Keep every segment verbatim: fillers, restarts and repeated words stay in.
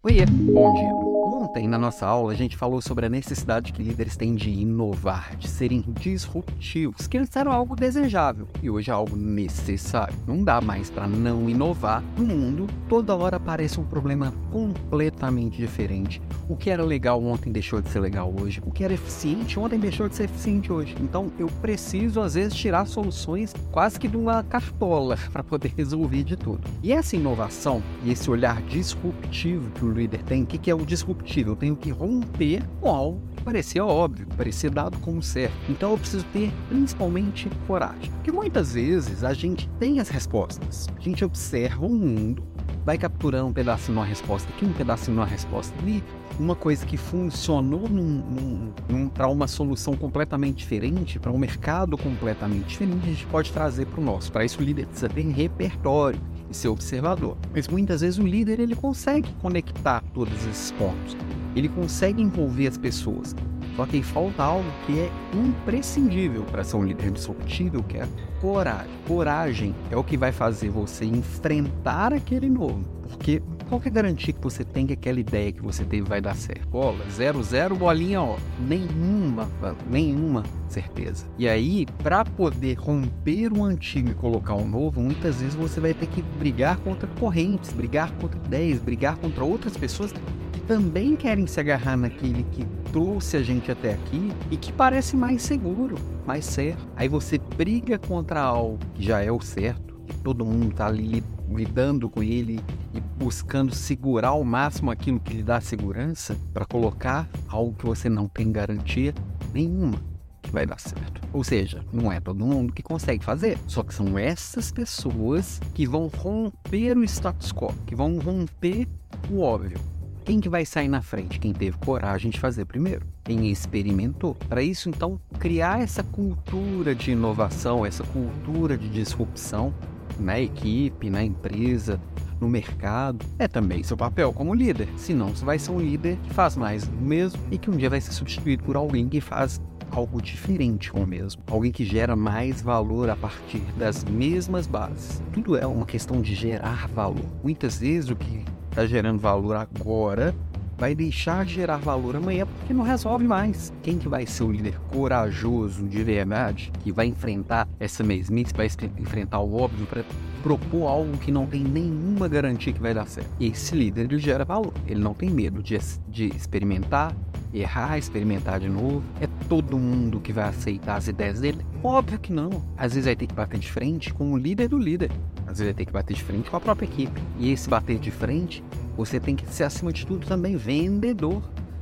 Oiê, bom dia. Ontem, na nossa aula, a gente falou sobre a necessidade que líderes têm de inovar, de serem disruptivos, que antes era algo desejável e hoje é algo necessário. Não dá mais para não inovar. No mundo, toda hora aparece um problema completamente diferente. O que era legal ontem deixou de ser legal hoje. O que era eficiente ontem deixou de ser eficiente hoje. Então, eu preciso, às vezes, tirar soluções quase que de uma cartola para poder resolver de tudo. E essa inovação e esse olhar disruptivo que o líder tem, o que, que é o disruptivo? Eu tenho que romper com algo que parecia óbvio, que parecia dado como certo. Então eu preciso ter principalmente coragem. Porque muitas vezes a gente tem as respostas. A gente observa o mundo, vai capturando um pedacinho numa resposta aqui, um pedacinho numa resposta ali. Uma coisa que funcionou num, num, num, para uma solução completamente diferente, para um mercado completamente diferente, a gente pode trazer para o nosso. Para isso o líder precisa ter repertório e ser observador. Mas muitas vezes o líder ele consegue conectar todos esses pontos. Ele consegue envolver as pessoas. Só que falta algo que é imprescindível para ser um líder disruptivo, que é coragem. Coragem é o que vai fazer você enfrentar aquele novo. Porque qual que é a garantia que você tem que aquela ideia que você teve vai dar certo? Bola, zero, zero, bolinha, ó. Nenhuma, nenhuma certeza. E aí, para poder romper o antigo e colocar o novo, muitas vezes você vai ter que brigar contra correntes, brigar contra ideias, brigar contra outras pessoas que também querem se agarrar naquele que trouxe a gente até aqui e que parece mais seguro, mais certo. Aí você briga contra algo que já é o certo, que todo mundo tá ali lidando com ele e buscando segurar ao máximo aquilo que lhe dá segurança para colocar algo que você não tem garantia nenhuma que vai dar certo. Ou seja, não é todo mundo que consegue fazer, só que são essas pessoas que vão romper o status quo, que vão romper o óbvio. Quem que vai sair na frente? Quem teve coragem de fazer primeiro, quem experimentou. Para isso, então, criar essa cultura de inovação, essa cultura de disrupção na equipe, na empresa, no mercado, é também seu papel como líder. Senão você vai ser um líder que faz mais do mesmo e que um dia vai ser substituído por alguém que faz algo diferente com o mesmo. Alguém que gera mais valor a partir das mesmas bases. Tudo é uma questão de gerar valor. Muitas vezes o que está gerando valor agora vai deixar de gerar valor amanhã porque não resolve mais. Quem que vai ser o líder corajoso de verdade, que vai enfrentar essa mesmice, vai enfrentar o óbvio para propor algo que não tem nenhuma garantia que vai dar certo? Esse líder ele gera valor. Ele não tem medo de, de experimentar, errar, experimentar de novo. É todo mundo que vai aceitar as ideias dele? Óbvio que não. Às vezes vai ter que bater de frente com o líder do líder. Às vezes vai ter que bater de frente com a própria equipe. E esse bater de frente, você tem que ser, acima de tudo, também vendedor.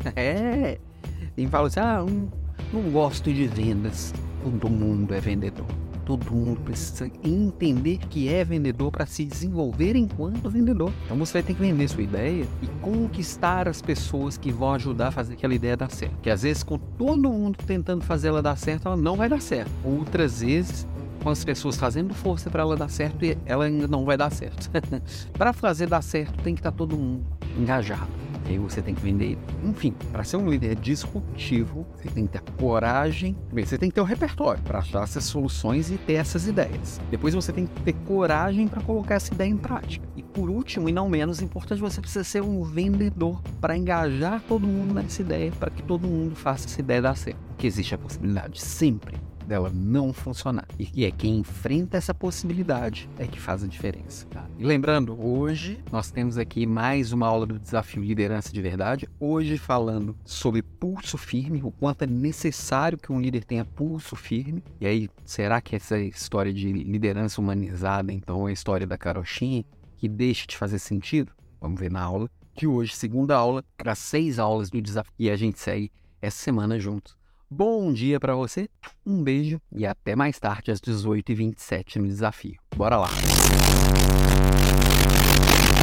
É. Quem fala assim, ah, não, não gosto de vendas. Todo mundo é vendedor. Todo mundo precisa entender que é vendedor para se desenvolver enquanto vendedor. Então você vai ter que vender sua ideia e conquistar as pessoas que vão ajudar a fazer aquela ideia dar certo. Porque às vezes com todo mundo tentando fazer ela dar certo, ela não vai dar certo. Outras vezes, com as pessoas fazendo força para ela dar certo, e ela ainda não vai dar certo. Para fazer dar certo, tem que estar todo mundo engajado. Aí você tem que vender. Enfim, para ser um líder disruptivo, você tem que ter coragem. Você tem que ter o repertório para achar essas soluções e ter essas ideias. Depois você tem que ter coragem para colocar essa ideia em prática. E por último, e não menos importante, você precisa ser um vendedor para engajar todo mundo nessa ideia, para que todo mundo faça essa ideia dar certo. Porque existe a possibilidade sempre dela não funcionar. E é quem enfrenta essa possibilidade é que faz a diferença. Tá? E lembrando, hoje nós temos aqui mais uma aula do Desafio Liderança de Verdade. Hoje falando sobre pulso firme, o quanto é necessário que um líder tenha pulso firme. E aí, será que essa história de liderança humanizada, então, é a história da carochinha, que deixa de fazer sentido? Vamos ver na aula de hoje, segunda aula, para seis aulas do Desafio. E a gente segue essa semana juntos. Bom dia para você, um beijo e até mais tarde às dezoito e vinte e sete no Desafio. Bora lá!